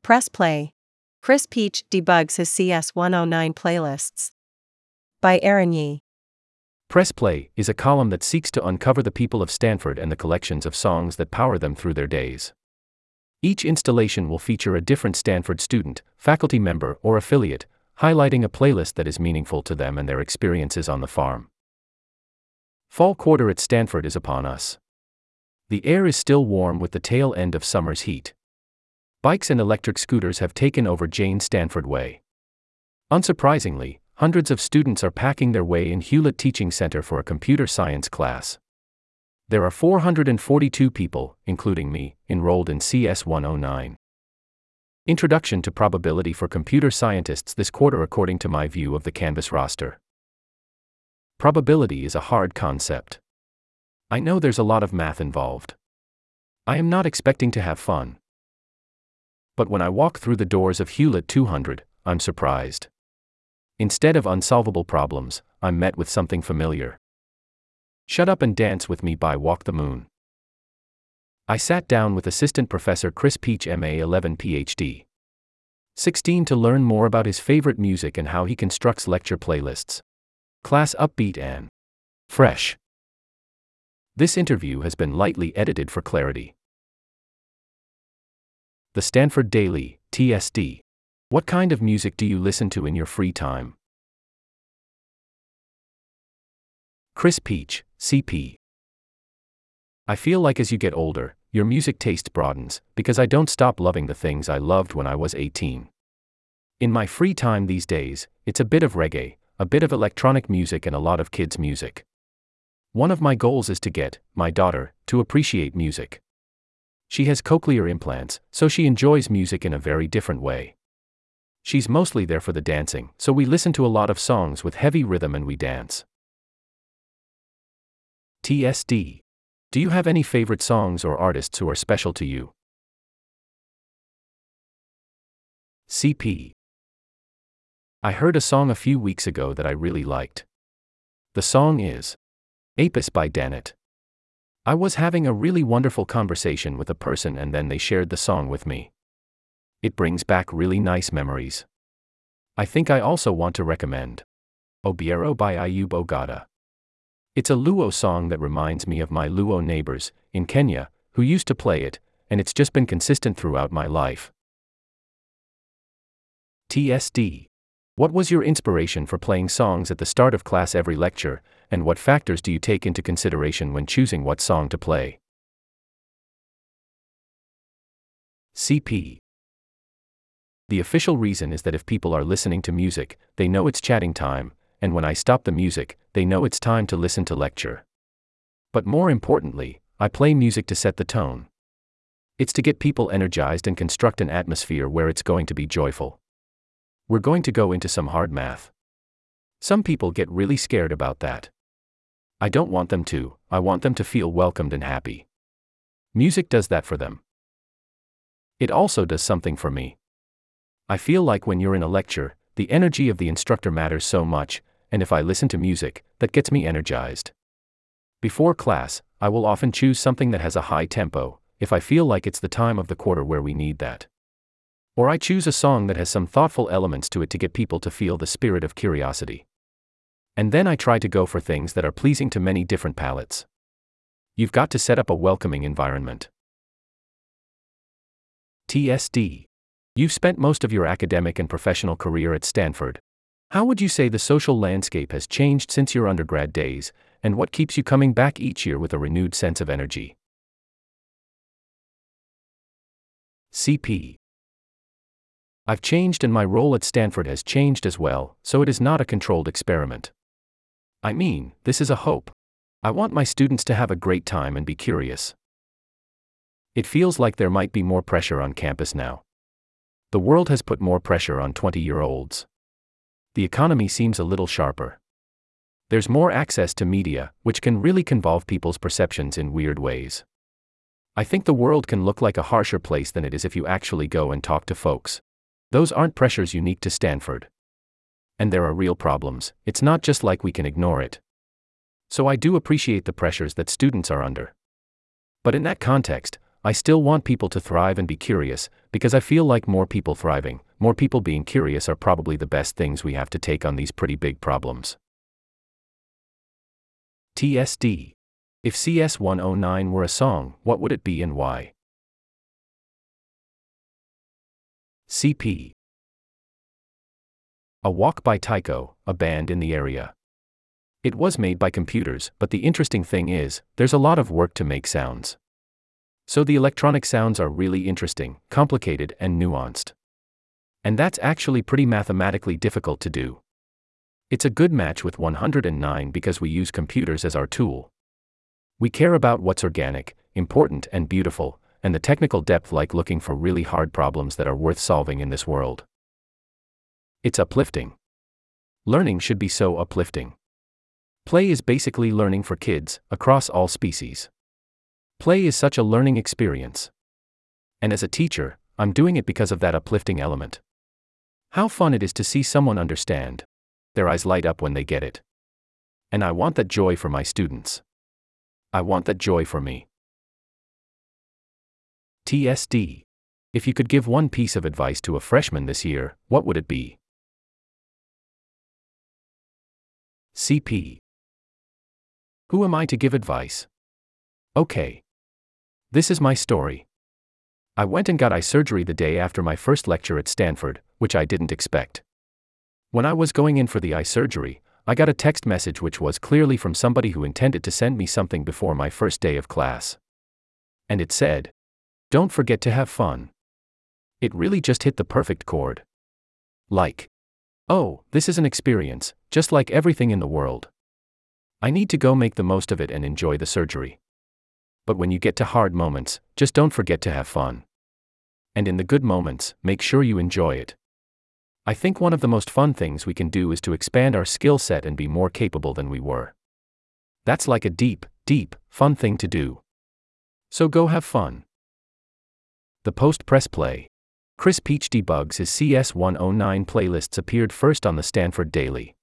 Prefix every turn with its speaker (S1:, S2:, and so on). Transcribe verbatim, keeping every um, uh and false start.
S1: Press play. Chris Peach debugs his C S one oh nine playlists. By Aaron Yee.
S2: Press Play is a column that seeks to uncover the people of Stanford and the collections of songs that power them through their days. Each installation will feature a different Stanford student, faculty member, or affiliate, highlighting a playlist that is meaningful to them and their experiences on the farm. Fall quarter at Stanford is upon us. The air is still warm with the tail end of summer's heat. Bikes and electric scooters have taken over Jane Stanford Way. Unsurprisingly, hundreds of students are packing their way in Hewlett Teaching Center for a computer science class. There are four hundred forty-two people, including me, enrolled in C S one oh nine. Introduction to Probability for Computer Scientists this quarter according to my view of the Canvas roster. Probability is a hard concept. I know there's a lot of math involved. I am not expecting to have fun. But when I walk through the doors of Hewlett two hundred, I'm surprised. Instead of unsolvable problems, I'm met with something familiar. Shut Up and Dance with Me by Walk the Moon. I sat down with Assistant Professor Chris Peach M A eleven P H D sixteen to learn more about his favorite music and how he constructs lecture playlists. Class upbeat and fresh. This interview has been lightly edited for clarity. The Stanford Daily, T S D. What kind of music do you listen to in your free time? Chris Peach, C P. I feel like as you get older, your music taste broadens, because I don't stop loving the things I loved when I was eighteen. In my free time these days, it's a bit of reggae, a bit of electronic music and a lot of kids' music. One of my goals is to get my daughter to appreciate music. She has cochlear implants, so she enjoys music in a very different way. She's mostly there for the dancing, so we listen to a lot of songs with heavy rhythm and we dance. T S D. Do you have any favorite songs or artists who are special to you? C P. I heard a song a few weeks ago that I really liked. The song is Apis by Danet. I was having a really wonderful conversation with a person and then they shared the song with me. It brings back really nice memories. I think I also want to recommend Obiero by Ayub Ogada. It's a Luo song that reminds me of my Luo neighbors in Kenya, who used to play it, and it's just been consistent throughout my life. T S D. What was your inspiration for playing songs at the start of class every lecture, and what factors do you take into consideration when choosing what song to play? C P. The official reason is that if people are listening to music, they know it's chatting time, and when I stop the music, they know it's time to listen to lecture. But more importantly, I play music to set the tone. It's to get people energized and construct an atmosphere where it's going to be joyful. We're going to go into some hard math. Some people get really scared about that. I don't want them to, I want them to feel welcomed and happy. Music does that for them. It also does something for me. I feel like when you're in a lecture, the energy of the instructor matters so much, and if I listen to music, that gets me energized. Before class, I will often choose something that has a high tempo, if I feel like it's the time of the quarter where we need that. Or I choose a song that has some thoughtful elements to it to get people to feel the spirit of curiosity. And then I try to go for things that are pleasing to many different palates. You've got to set up a welcoming environment. T S D. You've spent most of your academic and professional career at Stanford. How would you say the social landscape has changed since your undergrad days, and what keeps you coming back each year with a renewed sense of energy? C P. I've changed and my role at Stanford has changed as well, so it is not a controlled experiment. I mean, this is a hope. I want my students to have a great time and be curious. It feels like there might be more pressure on campus now. The world has put more pressure on twenty-year-olds. The economy seems a little sharper. There's more access to media, which can really convolve people's perceptions in weird ways. I think the world can look like a harsher place than it is if you actually go and talk to folks. Those aren't pressures unique to Stanford. And there are real problems, it's not just like we can ignore it. So I do appreciate the pressures that students are under. But in that context, I still want people to thrive and be curious, because I feel like more people thriving, more people being curious are probably the best things we have to take on these pretty big problems. T S D. If C S one oh nine were a song, what would it be and why? C P. A Walk by Tycho, a band in the area. It was made by computers, but the interesting thing is, there's a lot of work to make sounds. So the electronic sounds are really interesting, complicated, and nuanced. And that's actually pretty mathematically difficult to do. It's a good match with one hundred nine because we use computers as our tool. We care about what's organic, important, and beautiful, and the technical depth, like looking for really hard problems that are worth solving in this world. It's uplifting. Learning should be so uplifting. Play is basically learning for kids, across all species. Play is such a learning experience. And as a teacher, I'm doing it because of that uplifting element. How fun it is to see someone understand. Their eyes light up when they get it. And I want that joy for my students. I want that joy for me. T S D. If you could give one piece of advice to a freshman this year, what would it be? C P. Who am I to give advice? Okay. This is my story. I went and got eye surgery the day after my first lecture at Stanford, which I didn't expect. When I was going in for the eye surgery, I got a text message which was clearly from somebody who intended to send me something before my first day of class. And it said, "Don't forget to have fun." It really just hit the perfect chord. Like, oh, this is an experience, just like everything in the world. I need to go make the most of it and enjoy the surgery. But when you get to hard moments, just don't forget to have fun. And in the good moments, make sure you enjoy it. I think one of the most fun things we can do is to expand our skill set and be more capable than we were. That's like a deep, deep, fun thing to do. So go have fun. The post-press play. Chris Peach Debugs His C S one oh nine playlists appeared first on the Stanford Daily.